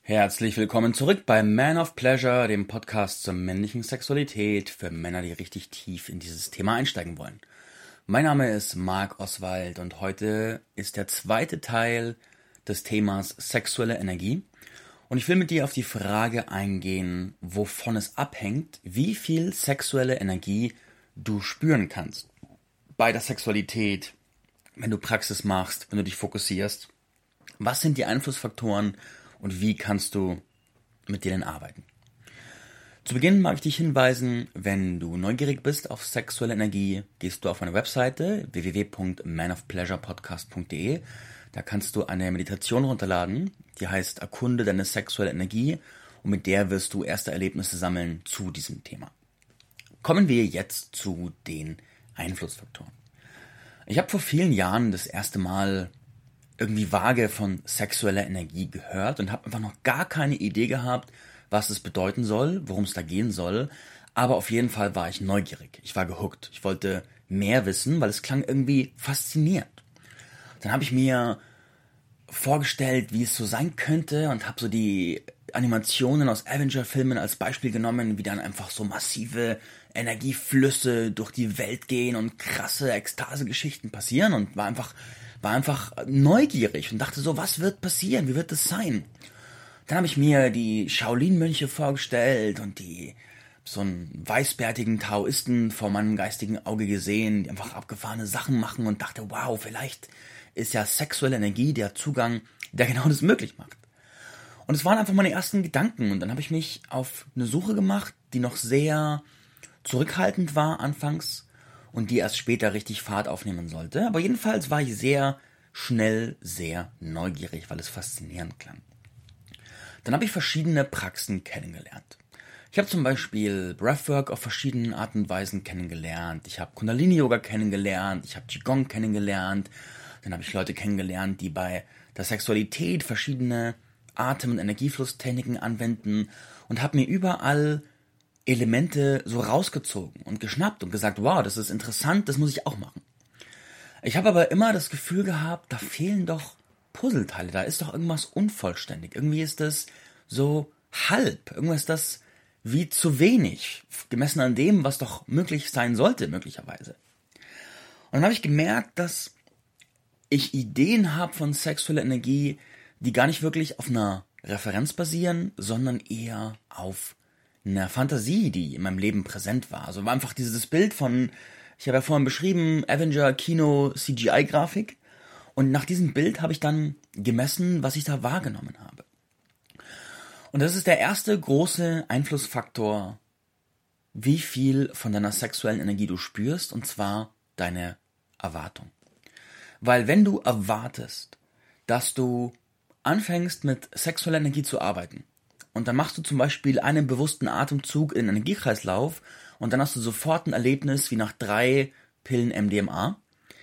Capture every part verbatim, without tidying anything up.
Herzlich willkommen zurück bei Man of Pleasure, dem Podcast zur männlichen Sexualität für Männer, die richtig tief in dieses Thema einsteigen wollen. Mein Name ist Marc Oswald und heute ist der zweite Teil des Themas sexuelle Energie. Und ich will mit dir auf die Frage eingehen, wovon es abhängt, wie viel sexuelle Energie du spüren kannst. Bei der Sexualität, wenn du Praxis machst, wenn du dich fokussierst. Was sind die Einflussfaktoren und wie kannst du mit denen arbeiten? Zu Beginn mag ich dich hinweisen, wenn du neugierig bist auf sexuelle Energie, gehst du auf meine Webseite w w w punkt man of pleasure podcast punkt d e. Da kannst du eine Meditation runterladen, die heißt Erkunde deine sexuelle Energie, und mit der wirst du erste Erlebnisse sammeln zu diesem Thema. Kommen wir jetzt zu den Einflussfaktoren. Ich habe vor vielen Jahren das erste Mal irgendwie vage von sexueller Energie gehört und habe einfach noch gar keine Idee gehabt, was es bedeuten soll, worum es da gehen soll. Aber auf jeden Fall war ich neugierig. Ich war gehuckt. Ich wollte mehr wissen, weil es klang irgendwie faszinierend. Dann habe ich mir vorgestellt, wie es so sein könnte, und habe so die Animationen aus Avenger-Filmen als Beispiel genommen, wie dann einfach so massive Energieflüsse durch die Welt gehen und krasse Ekstase-Geschichten passieren, und war einfach war einfach neugierig und dachte so, was wird passieren, wie wird das sein? Dann habe ich mir die Shaolin-Mönche vorgestellt und die so einen weißbärtigen Taoisten vor meinem geistigen Auge gesehen, die einfach abgefahrene Sachen machen, und dachte, wow, vielleicht ist ja sexuelle Energie der Zugang, der genau das möglich macht. Und es waren einfach meine ersten Gedanken, und dann habe ich mich auf eine Suche gemacht, die noch sehr zurückhaltend war anfangs und die erst später richtig Fahrt aufnehmen sollte. Aber jedenfalls war ich sehr schnell sehr neugierig, weil es faszinierend klang. Dann habe ich verschiedene Praxen kennengelernt. Ich habe zum Beispiel Breathwork auf verschiedenen Arten und Weisen kennengelernt. Ich habe Kundalini-Yoga kennengelernt. Ich habe Qigong kennengelernt. Dann habe ich Leute kennengelernt, die bei der Sexualität verschiedene Atem- und Energieflusstechniken anwenden, und habe mir überall Elemente so rausgezogen und geschnappt und gesagt, wow, das ist interessant, das muss ich auch machen. Ich habe aber immer das Gefühl gehabt, da fehlen doch Puzzleteile, da ist doch irgendwas unvollständig. Irgendwie ist das so halb, irgendwas ist das wie zu wenig, gemessen an dem, was doch möglich sein sollte, möglicherweise. Und dann habe ich gemerkt, dass ich Ideen habe von sexueller Energie, die gar nicht wirklich auf einer Referenz basieren, sondern eher auf einer Fantasie, die in meinem Leben präsent war. Also war einfach dieses Bild von, ich habe ja vorhin beschrieben, Avenger, Kino, C G I-Grafik. Und nach diesem Bild habe ich dann gemessen, was ich da wahrgenommen habe. Und das ist der erste große Einflussfaktor, wie viel von deiner sexuellen Energie du spürst, und zwar deine Erwartung. Weil wenn du erwartest, dass du anfängst mit sexueller Energie zu arbeiten, und dann machst du zum Beispiel einen bewussten Atemzug in den Energiekreislauf, und dann hast du sofort ein Erlebnis wie nach drei Pillen M D M A,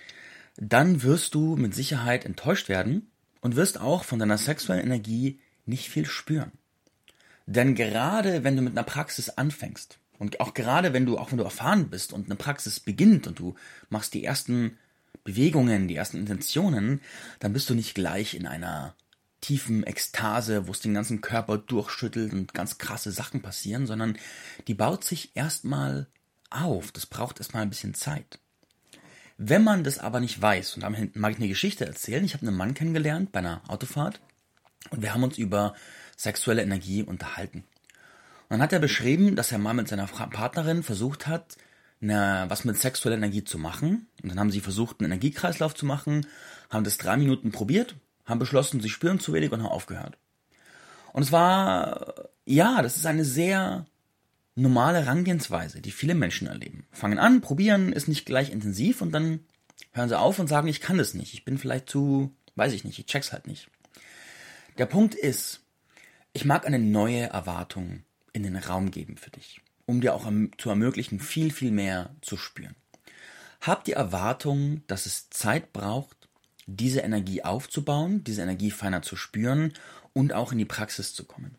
dann wirst du mit Sicherheit enttäuscht werden und wirst auch von deiner sexuellen Energie nicht viel spüren. Denn gerade wenn du mit einer Praxis anfängst, und auch gerade wenn du, auch wenn du erfahren bist und eine Praxis beginnt und du machst die ersten Bewegungen, die ersten Intentionen, dann bist du nicht gleich in einer tiefen Ekstase, wo es den ganzen Körper durchschüttelt und ganz krasse Sachen passieren, sondern die baut sich erstmal auf. Das braucht erstmal ein bisschen Zeit. Wenn man das aber nicht weiß, und damit mag ich eine Geschichte erzählen, ich habe einen Mann kennengelernt bei einer Autofahrt, und wir haben uns über sexuelle Energie unterhalten. Und dann hat er beschrieben, dass er mal mit seiner Partnerin versucht hat, eine, was mit sexueller Energie zu machen. Und dann haben sie versucht, einen Energiekreislauf zu machen, haben das drei Minuten probiert, haben beschlossen, sie spüren zu wenig, und haben aufgehört. Und es war, ja, das ist eine sehr normale Herangehensweise, die viele Menschen erleben. Fangen an, probieren, ist nicht gleich intensiv, und dann hören sie auf und sagen, ich kann das nicht, ich bin vielleicht zu, weiß ich nicht, ich check's halt nicht. Der Punkt ist, ich mag eine neue Erwartung in den Raum geben für dich, um dir auch zu ermöglichen, viel, viel mehr zu spüren. Hab die Erwartung, dass es Zeit braucht, diese Energie aufzubauen, diese Energie feiner zu spüren und auch in die Praxis zu kommen.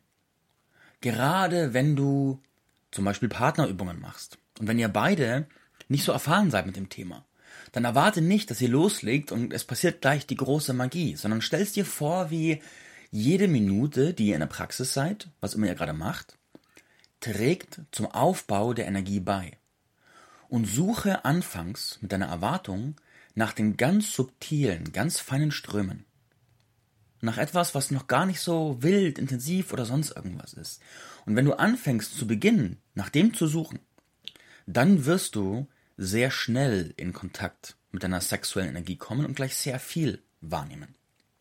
Gerade wenn du zum Beispiel Partnerübungen machst und wenn ihr beide nicht so erfahren seid mit dem Thema, dann erwarte nicht, dass ihr loslegt und es passiert gleich die große Magie, sondern stellst dir vor, wie Jede Minute, die ihr in der Praxis seid, was immer ihr gerade macht, trägt zum Aufbau der Energie bei. Und suche anfangs mit deiner Erwartung nach den ganz subtilen, ganz feinen Strömen. Nach etwas, was noch gar nicht so wild, intensiv oder sonst irgendwas ist. Und wenn du anfängst zu beginnen, nach dem zu suchen, dann wirst du sehr schnell in Kontakt mit deiner sexuellen Energie kommen und gleich sehr viel wahrnehmen.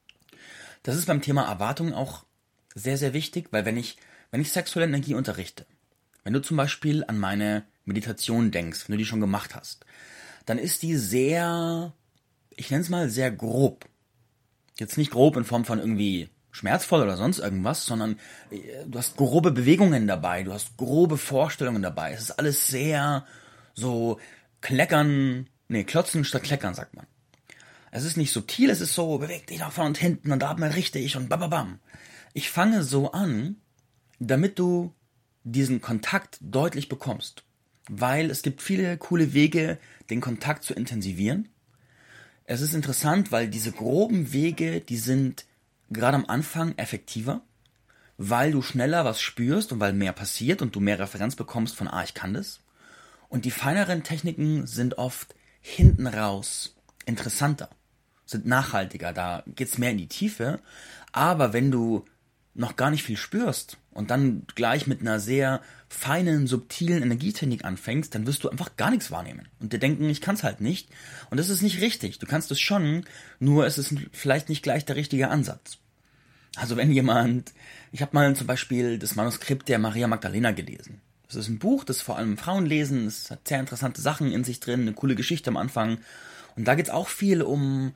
Das ist beim Thema Erwartungen auch sehr, sehr wichtig, weil wenn ich, wenn ich sexuelle Energie unterrichte, wenn du zum Beispiel an meine Meditation denkst, wenn du die schon gemacht hast, dann ist die sehr, ich nenne es mal sehr grob. Jetzt nicht grob in Form von irgendwie schmerzvoll oder sonst irgendwas, sondern du hast grobe Bewegungen dabei, du hast grobe Vorstellungen dabei. Es ist alles sehr so kleckern, nee, klotzen statt kleckern, sagt man. Es ist nicht subtil, es ist so, beweg dich nach vorne und hinten und da mal richtig und bababam. Ich fange so an, damit du diesen Kontakt deutlich bekommst. Weil es gibt viele coole Wege, den Kontakt zu intensivieren. Es ist interessant, weil diese groben Wege, die sind gerade am Anfang effektiver, weil du schneller was spürst und weil mehr passiert und du mehr Referenz bekommst von, ah, ich kann das. Und die feineren Techniken sind oft hinten raus interessanter, sind nachhaltiger, da geht's mehr in die Tiefe. Aber wenn du noch gar nicht viel spürst und dann gleich mit einer sehr feinen, subtilen Energietechnik anfängst, dann wirst du einfach gar nichts wahrnehmen und dir denken, ich kann's halt nicht. Und das ist nicht richtig. Du kannst es schon, nur es ist vielleicht nicht gleich der richtige Ansatz. Also wenn jemand, ich habe mal zum Beispiel das Manuskript der Maria Magdalena gelesen. Das ist ein Buch, das vor allem Frauen lesen, es hat sehr interessante Sachen in sich drin, eine coole Geschichte am Anfang. Und da geht's auch viel um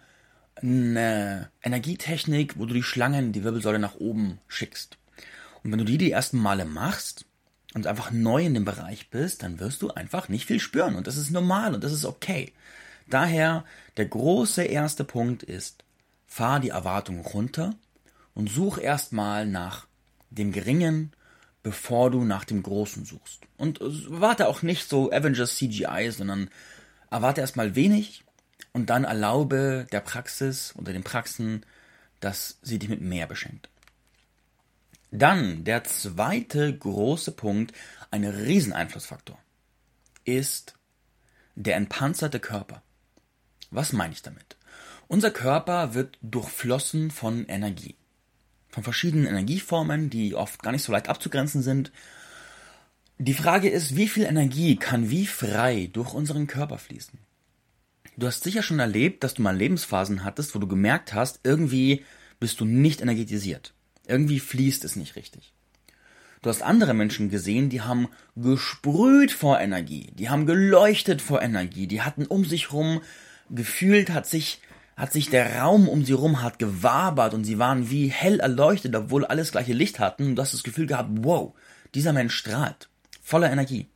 eine Energietechnik, wo du die Schlangen, die Wirbelsäule nach oben schickst. Und wenn du die die ersten Male machst und einfach neu in dem Bereich bist, dann wirst du einfach nicht viel spüren. Und das ist normal und das ist okay. Daher, der große erste Punkt ist, fahr die Erwartung runter und such erstmal nach dem Geringen, bevor du nach dem Großen suchst. Und erwarte auch nicht so Avengers C G I, sondern erwarte erstmal wenig und dann erlaube der Praxis oder den Praxen, dass sie dich mit mehr beschenkt. Dann der zweite große Punkt, ein Rieseneinflussfaktor, ist der entpanzerte Körper. Was meine ich damit? Unser Körper wird durchflossen von Energie. Von verschiedenen Energieformen, die oft gar nicht so leicht abzugrenzen sind. Die Frage ist, wie viel Energie kann wie frei durch unseren Körper fließen? Du hast sicher schon erlebt, dass du mal Lebensphasen hattest, wo du gemerkt hast, irgendwie bist du nicht energetisiert. Irgendwie fließt es nicht richtig. Du hast andere Menschen gesehen, die haben gesprüht vor Energie, die haben geleuchtet vor Energie, die hatten um sich rum, gefühlt hat sich, hat sich der Raum um sie rum hat gewabert und sie waren wie hell erleuchtet, obwohl alles gleiche Licht hatten. Und du hast das Gefühl gehabt, wow, dieser Mensch strahlt, voller Energie.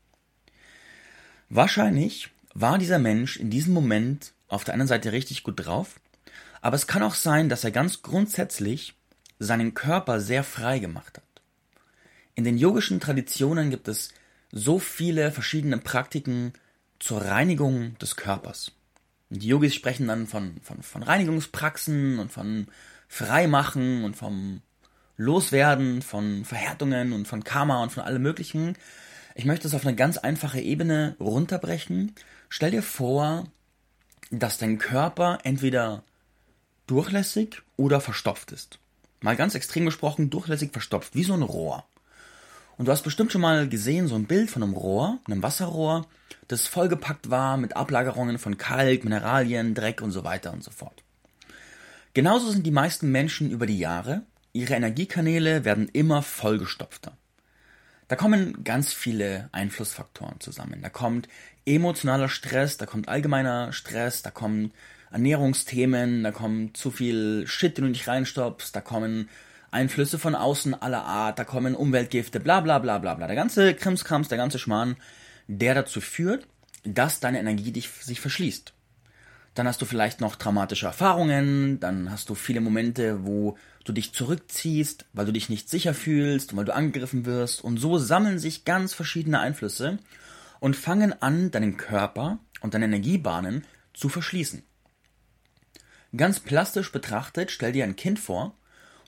Wahrscheinlich war dieser Mensch in diesem Moment auf der einen Seite richtig gut drauf, aber es kann auch sein, dass er ganz grundsätzlich seinen Körper sehr frei gemacht hat. In den yogischen Traditionen gibt es so viele verschiedene Praktiken zur Reinigung des Körpers. Und die Yogis sprechen dann von, von, von Reinigungspraxen und von Freimachen und vom Loswerden von Verhärtungen und von Karma und von allem Möglichen. Ich möchte es auf eine ganz einfache Ebene runterbrechen. Stell dir vor, dass dein Körper entweder durchlässig oder verstopft ist. Mal ganz extrem gesprochen, durchlässig verstopft, wie so ein Rohr. Und du hast bestimmt schon mal gesehen, so ein Bild von einem Rohr, einem Wasserrohr, das vollgepackt war mit Ablagerungen von Kalk, Mineralien, Dreck und so weiter und so fort. Genauso sind die meisten Menschen über die Jahre. Ihre Energiekanäle werden immer vollgestopfter. Da kommen ganz viele Einflussfaktoren zusammen. Da kommt emotionaler Stress, da kommt allgemeiner Stress, da kommen Ernährungsthemen, da kommt zu viel Shit, den du nicht reinstopfst, da kommen Einflüsse von außen aller Art, da kommen Umweltgifte, bla bla bla bla bla. Der ganze Krimskrams, der ganze Schmarrn, der dazu führt, dass deine Energie dich, sich verschließt. Dann hast du vielleicht noch traumatische Erfahrungen, dann hast du viele Momente, wo du dich zurückziehst, weil du dich nicht sicher fühlst und weil du angegriffen wirst. Und so sammeln sich ganz verschiedene Einflüsse und fangen an, deinen Körper und deine Energiebahnen zu verschließen. Ganz plastisch betrachtet, stell dir ein Kind vor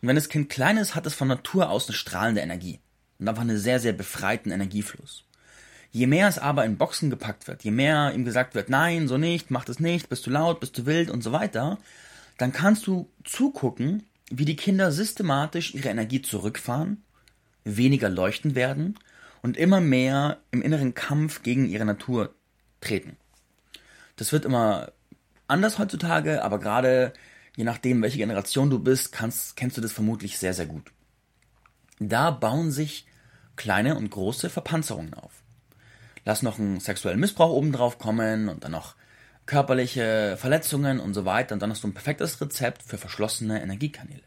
Und wenn das Kind klein ist, hat es von Natur aus eine strahlende Energie und einfach einen sehr, sehr befreiten Energiefluss. Je mehr es aber in Boxen gepackt wird, je mehr ihm gesagt wird, nein, so nicht, mach das nicht, bist du laut, bist du wild und so weiter, dann kannst du zugucken, wie die Kinder systematisch ihre Energie zurückfahren, weniger leuchtend werden und immer mehr im inneren Kampf gegen ihre Natur treten. Das wird immer anders heutzutage, aber gerade je nachdem, welche Generation du bist, kannst, kennst du das vermutlich sehr, sehr gut. Da bauen sich kleine und große Verpanzerungen auf. Lass noch einen sexuellen Missbrauch obendrauf kommen und dann noch körperliche Verletzungen und so weiter und dann hast du ein perfektes Rezept für verschlossene Energiekanäle.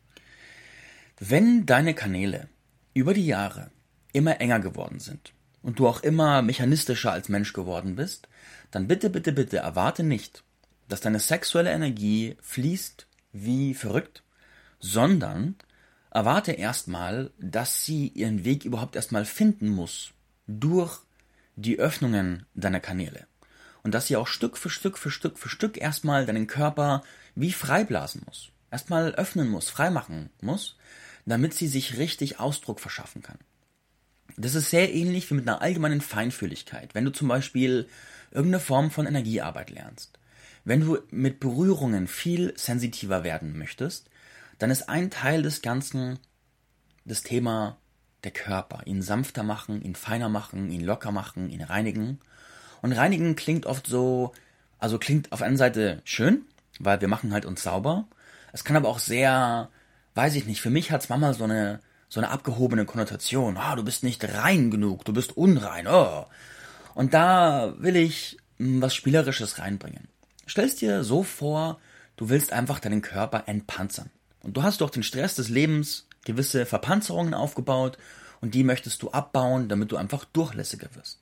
Wenn deine Kanäle über die Jahre immer enger geworden sind und du auch immer mechanistischer als Mensch geworden bist, dann bitte, bitte, bitte erwarte nicht, dass deine sexuelle Energie fließt wie verrückt, sondern erwarte erstmal, dass sie ihren Weg überhaupt erstmal finden muss durch die Öffnungen deiner Kanäle. Und dass sie auch Stück für Stück für Stück für Stück erstmal deinen Körper wie freiblasen muss. Erstmal öffnen muss, freimachen muss, damit sie sich richtig Ausdruck verschaffen kann. Das ist sehr ähnlich wie mit einer allgemeinen Feinfühligkeit. Wenn du zum Beispiel irgendeine Form von Energiearbeit lernst, wenn du mit Berührungen viel sensitiver werden möchtest, dann ist ein Teil des Ganzen das Thema der Körper. Ihn sanfter machen, ihn feiner machen, ihn locker machen, ihn reinigen. Und reinigen klingt oft so, also klingt auf einer Seite schön, weil wir machen halt uns sauber. Es kann aber auch sehr, weiß ich nicht, für mich hat's manchmal so eine, so eine abgehobene Konnotation. Ah, du bist nicht rein genug, du bist unrein. Oh. Und da will ich mh, was Spielerisches reinbringen. Stellst dir so vor, du willst einfach deinen Körper entpanzern. Und du hast durch den Stress des Lebens gewisse Verpanzerungen aufgebaut und die möchtest du abbauen, damit du einfach durchlässiger wirst.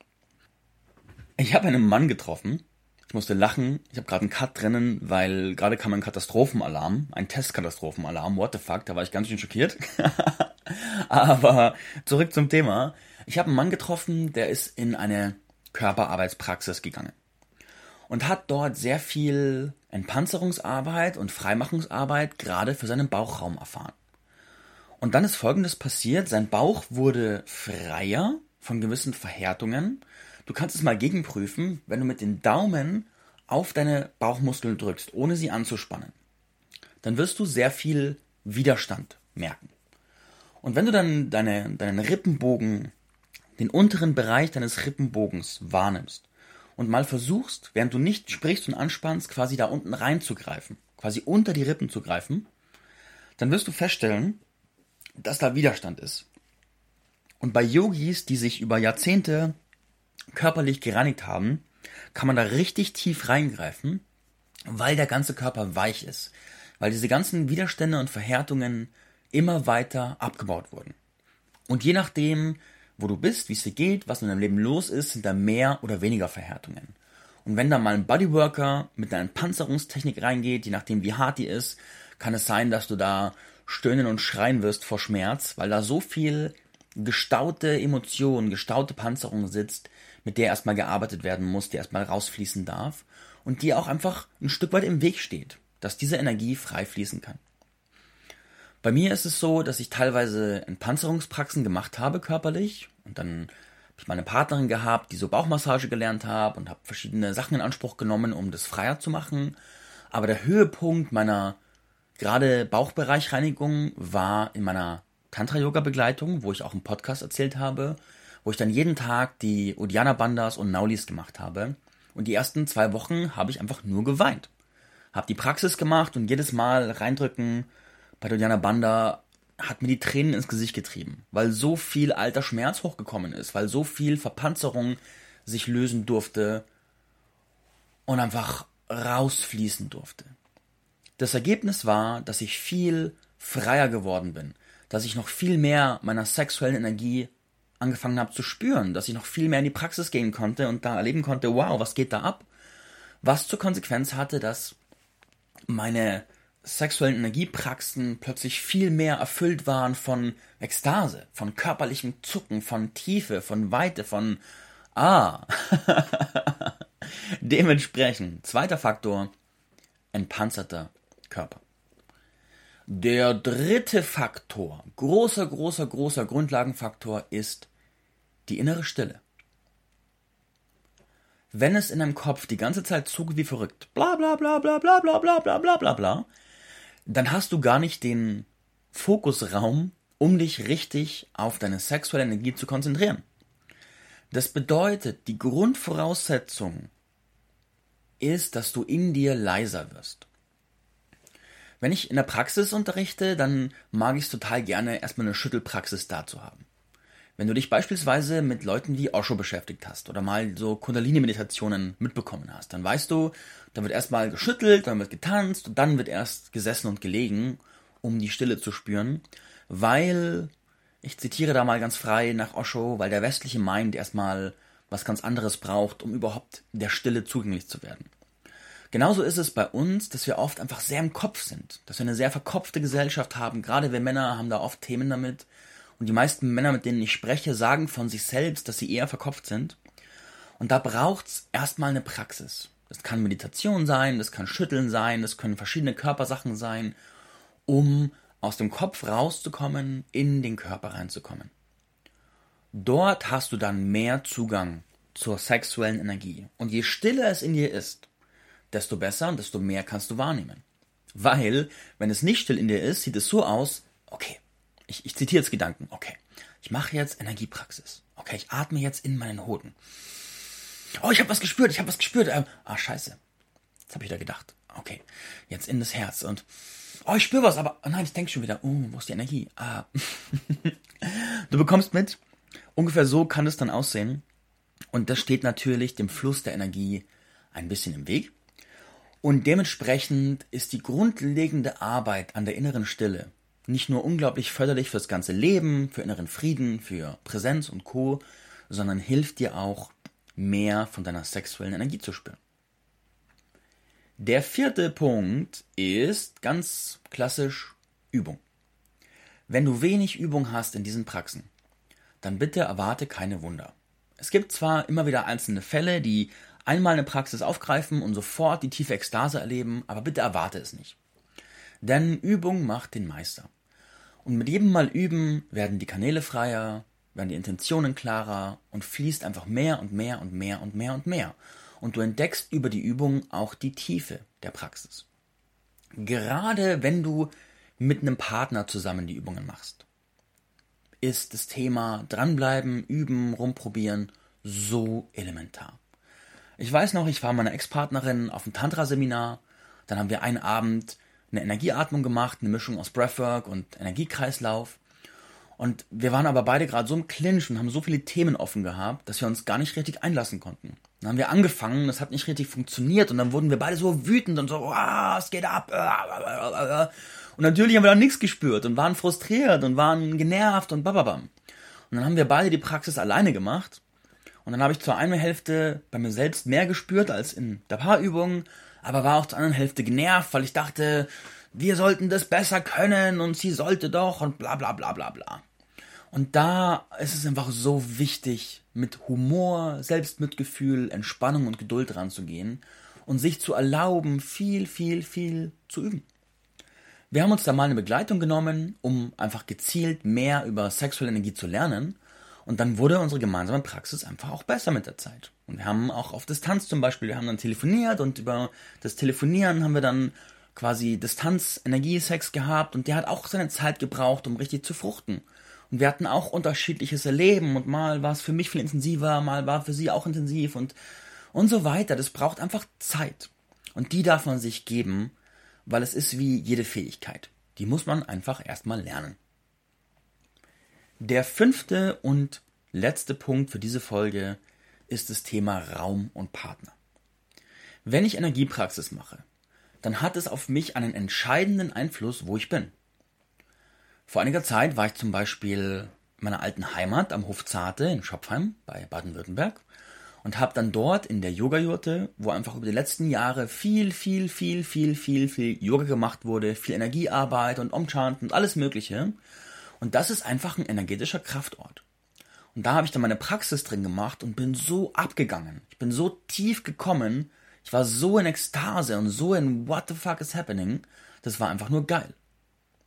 Ich habe einen Mann getroffen, ich musste lachen, ich habe gerade einen Cut drinnen, weil gerade kam ein Katastrophenalarm, ein Testkatastrophenalarm, what the fuck, da war ich ganz schön schockiert. Aber zurück zum Thema. Ich habe einen Mann getroffen, der ist in eine Körperarbeitspraxis gegangen und hat dort sehr viel Entpanzerungsarbeit und Freimachungsarbeit gerade für seinen Bauchraum erfahren. Und dann ist Folgendes passiert, sein Bauch wurde freier von gewissen Verhärtungen. Du kannst es mal gegenprüfen, wenn du mit den Daumen auf deine Bauchmuskeln drückst, ohne sie anzuspannen. Dann wirst du sehr viel Widerstand merken. Und wenn du dann deine, deinen Rippenbogen, den unteren Bereich deines Rippenbogens wahrnimmst und mal versuchst, während du nicht sprichst und anspannst, quasi da unten reinzugreifen, quasi unter die Rippen zu greifen, dann wirst du feststellen, dass da Widerstand ist. Und bei Yogis, die sich über Jahrzehnte körperlich gereinigt haben, kann man da richtig tief reingreifen, weil der ganze Körper weich ist, weil diese ganzen Widerstände und Verhärtungen immer weiter abgebaut wurden. Und je nachdem, wo du bist, wie es dir geht, was in deinem Leben los ist, sind da mehr oder weniger Verhärtungen. Und wenn da mal ein Bodyworker mit einer Panzerungstechnik reingeht, je nachdem wie hart die ist, kann es sein, dass du da stöhnen und schreien wirst vor Schmerz, weil da so viel gestaute Emotion, gestaute Panzerung sitzt, mit der erstmal gearbeitet werden muss, die erstmal rausfließen darf und die auch einfach ein Stück weit im Weg steht, dass diese Energie frei fließen kann. Bei mir ist es so, dass ich teilweise Entpanzerungspraxen gemacht habe körperlich und dann habe ich meine Partnerin gehabt, die so Bauchmassage gelernt hat und habe verschiedene Sachen in Anspruch genommen, um das freier zu machen. Aber der Höhepunkt meiner gerade Bauchbereichreinigung war in meiner Tantra-Yoga-Begleitung, wo ich auch im Podcast erzählt habe, wo ich dann jeden Tag die Uddiyana Bandhas und Naulis gemacht habe. Und die ersten zwei Wochen habe ich einfach nur geweint. Habe die Praxis gemacht und jedes Mal reindrücken bei der Uddiyana Bandha hat mir die Tränen ins Gesicht getrieben, weil so viel alter Schmerz hochgekommen ist, weil so viel Verpanzerung sich lösen durfte und einfach rausfließen durfte. Das Ergebnis war, dass ich viel freier geworden bin, dass ich noch viel mehr meiner sexuellen Energie angefangen habe zu spüren, dass ich noch viel mehr in die Praxis gehen konnte und da erleben konnte, wow, was geht da ab? Was zur Konsequenz hatte, dass meine sexuellen Energiepraxen plötzlich viel mehr erfüllt waren von Ekstase, von körperlichem Zucken, von Tiefe, von Weite, von Ah. Dementsprechend, zweiter Faktor, entpanzerter Körper. Der dritte Faktor, großer, großer, großer Grundlagenfaktor ist die innere Stille. Wenn es in deinem Kopf die ganze Zeit zugeht wie verrückt, bla bla bla bla bla bla bla bla bla bla bla, dann hast du gar nicht den Fokusraum, um dich richtig auf deine sexuelle Energie zu konzentrieren. Das bedeutet, die Grundvoraussetzung ist, dass du in dir leiser wirst. Wenn ich in der Praxis unterrichte, dann mag ich es total gerne, erstmal eine Schüttelpraxis da zu haben. Wenn du dich beispielsweise mit Leuten wie Osho beschäftigt hast oder mal so Kundalini-Meditationen mitbekommen hast, dann weißt du, da wird erstmal geschüttelt, dann wird getanzt und dann wird erst gesessen und gelegen, um die Stille zu spüren, weil, ich zitiere da mal ganz frei nach Osho, weil der westliche Mind erstmal was ganz anderes braucht, um überhaupt der Stille zugänglich zu werden. Genauso ist es bei uns, dass wir oft einfach sehr im Kopf sind, dass wir eine sehr verkopfte Gesellschaft haben, gerade wir Männer haben da oft Themen damit. Und die meisten Männer, mit denen ich spreche, sagen von sich selbst, dass sie eher verkopft sind. Und da braucht's erstmal eine Praxis. Das kann Meditation sein, das kann Schütteln sein, das können verschiedene Körpersachen sein, um aus dem Kopf rauszukommen, in den Körper reinzukommen. Dort hast du dann mehr Zugang zur sexuellen Energie. Und je stiller es in dir ist, desto besser und desto mehr kannst du wahrnehmen. Weil, wenn es nicht still in dir ist, sieht es so aus, okay, Ich, ich zitiere jetzt Gedanken. Okay, ich mache jetzt Energiepraxis. Okay, ich atme jetzt in meinen Hoden. Oh, ich habe was gespürt, ich habe was gespürt. Ähm, ah, scheiße. Jetzt habe ich da gedacht. Okay, jetzt in das Herz und oh, ich spüre was, aber oh nein, ich denke schon wieder. Oh, wo ist die Energie? Ah. Du bekommst mit. Ungefähr so kann es dann aussehen. Und das steht natürlich dem Fluss der Energie ein bisschen im Weg. Und dementsprechend ist die grundlegende Arbeit an der inneren Stille nicht nur unglaublich förderlich fürs ganze Leben, für inneren Frieden, für Präsenz und Co., sondern hilft dir auch, mehr von deiner sexuellen Energie zu spüren. Der vierte Punkt ist ganz klassisch Übung. Wenn du wenig Übung hast in diesen Praxen, dann bitte erwarte keine Wunder. Es gibt zwar immer wieder einzelne Fälle, die einmal eine Praxis aufgreifen und sofort die tiefe Ekstase erleben, aber bitte erwarte es nicht. Denn Übung macht den Meister. Und mit jedem Mal üben werden die Kanäle freier, werden die Intentionen klarer und fließt einfach mehr und mehr und mehr und mehr und mehr. Und du entdeckst über die Übung auch die Tiefe der Praxis. Gerade wenn du mit einem Partner zusammen die Übungen machst, ist das Thema dranbleiben, üben, rumprobieren so elementar. Ich weiß noch, ich war mit meiner Ex-Partnerin auf einem Tantra-Seminar, dann haben wir einen Abend eine Energieatmung gemacht, eine Mischung aus Breathwork und Energiekreislauf. Und wir waren aber beide gerade so im Clinch und haben so viele Themen offen gehabt, dass wir uns gar nicht richtig einlassen konnten. Dann haben wir angefangen, das hat nicht richtig funktioniert und dann wurden wir beide so wütend und so, oh, es geht ab. Und natürlich haben wir dann nichts gespürt und waren frustriert und waren genervt und bababam. Und dann haben wir beide die Praxis alleine gemacht und dann habe ich zur einen Hälfte bei mir selbst mehr gespürt als in der Paarübung, aber war auch zur anderen Hälfte genervt, weil ich dachte, wir sollten das besser können und sie sollte doch und bla bla bla bla bla. Und da ist es einfach so wichtig, mit Humor, Selbstmitgefühl, Entspannung und Geduld ranzugehen und sich zu erlauben, viel, viel, viel zu üben. Wir haben uns da mal eine Begleitung genommen, um einfach gezielt mehr über sexuelle Energie zu lernen. Und dann wurde unsere gemeinsame Praxis einfach auch besser mit der Zeit. Und wir haben auch auf Distanz zum Beispiel, wir haben dann telefoniert und über das Telefonieren haben wir dann quasi Distanz-Energie-Sex gehabt und der hat auch seine Zeit gebraucht, um richtig zu fruchten. Und wir hatten auch unterschiedliches Erleben und mal war es für mich viel intensiver, mal war für sie auch intensiv und, und so weiter. Das braucht einfach Zeit. Und die darf man sich geben, weil es ist wie jede Fähigkeit. Die muss man einfach erstmal lernen. Der fünfte und letzte Punkt für diese Folge ist das Thema Raum und Partner. Wenn ich Energiepraxis mache, dann hat es auf mich einen entscheidenden Einfluss, wo ich bin. Vor einiger Zeit war ich zum Beispiel in meiner alten Heimat am Hof Zarte in Schopfheim bei Baden-Württemberg und habe dann dort in der Yoga-Jurte, wo einfach über die letzten Jahre viel, viel, viel, viel, viel, viel Yoga gemacht wurde, viel Energiearbeit und Om-Chant und alles Mögliche. Und das ist einfach ein energetischer Kraftort. Und da habe ich dann meine Praxis drin gemacht und bin so abgegangen. Ich bin so tief gekommen. Ich war so in Ekstase und so in What the fuck is happening. Das war einfach nur geil.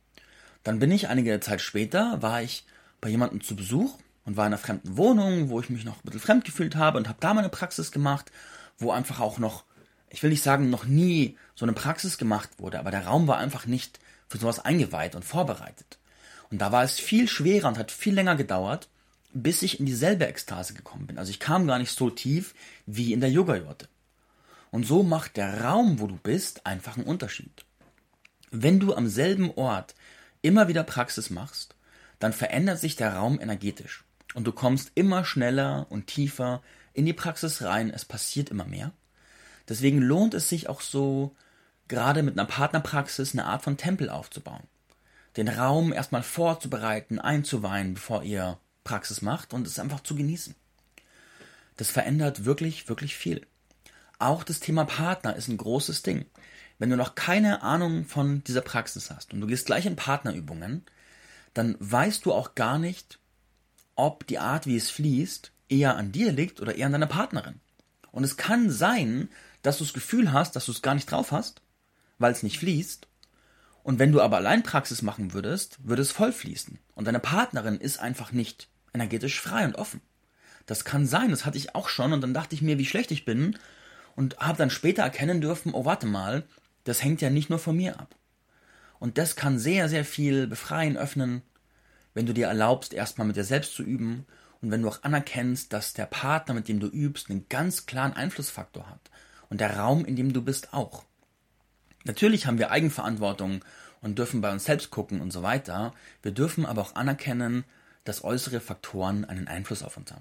Dann bin ich einige Zeit später, war ich bei jemandem zu Besuch und war in einer fremden Wohnung, wo ich mich noch ein bisschen fremd gefühlt habe und habe da meine Praxis gemacht, wo einfach auch noch, ich will nicht sagen, noch nie so eine Praxis gemacht wurde, aber der Raum war einfach nicht für sowas eingeweiht und vorbereitet. Und da war es viel schwerer und hat viel länger gedauert, bis ich in dieselbe Ekstase gekommen bin. Also ich kam gar nicht so tief wie in der Yoga-Jurte. Und so macht der Raum, wo du bist, einfach einen Unterschied. Wenn du am selben Ort immer wieder Praxis machst, dann verändert sich der Raum energetisch. Und du kommst immer schneller und tiefer in die Praxis rein. Es passiert immer mehr. Deswegen lohnt es sich auch so, gerade mit einer Partnerpraxis eine Art von Tempel aufzubauen. Den Raum erstmal vorzubereiten, einzuweihen, bevor ihr Praxis macht und es einfach zu genießen. Das verändert wirklich, wirklich viel. Auch das Thema Partner ist ein großes Ding. Wenn du noch keine Ahnung von dieser Praxis hast und du gehst gleich in Partnerübungen, dann weißt du auch gar nicht, ob die Art, wie es fließt, eher an dir liegt oder eher an deiner Partnerin. Und es kann sein, dass du das Gefühl hast, dass du es gar nicht drauf hast, weil es nicht fließt. Und wenn du aber allein Praxis machen würdest, würde es voll fließen. Und deine Partnerin ist einfach nicht energetisch frei und offen. Das kann sein, das hatte ich auch schon und dann dachte ich mir, wie schlecht ich bin und habe dann später erkennen dürfen, oh warte mal, das hängt ja nicht nur von mir ab. Und das kann sehr, sehr viel befreien, öffnen, wenn du dir erlaubst, erstmal mit dir selbst zu üben und wenn du auch anerkennst, dass der Partner, mit dem du übst, einen ganz klaren Einflussfaktor hat und der Raum, in dem du bist, auch. Natürlich haben wir Eigenverantwortung und dürfen bei uns selbst gucken und so weiter. Wir dürfen aber auch anerkennen, dass äußere Faktoren einen Einfluss auf uns haben.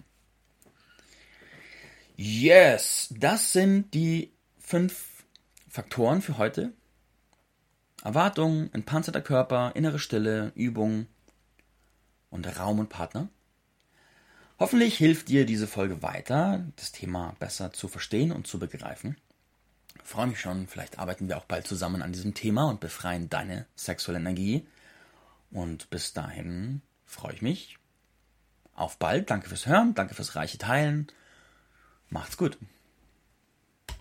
Yes, das sind die fünf Faktoren für heute. Erwartung, entpanzerter Körper, innere Stille, Übung und Raum und Partner. Hoffentlich hilft dir diese Folge weiter, das Thema besser zu verstehen und zu begreifen. Ich freue mich schon, vielleicht arbeiten wir auch bald zusammen an diesem Thema und befreien deine sexuelle Energie. Und bis dahin freue ich mich. Auf bald, danke fürs Hören, danke fürs reiche Teilen. Macht's gut.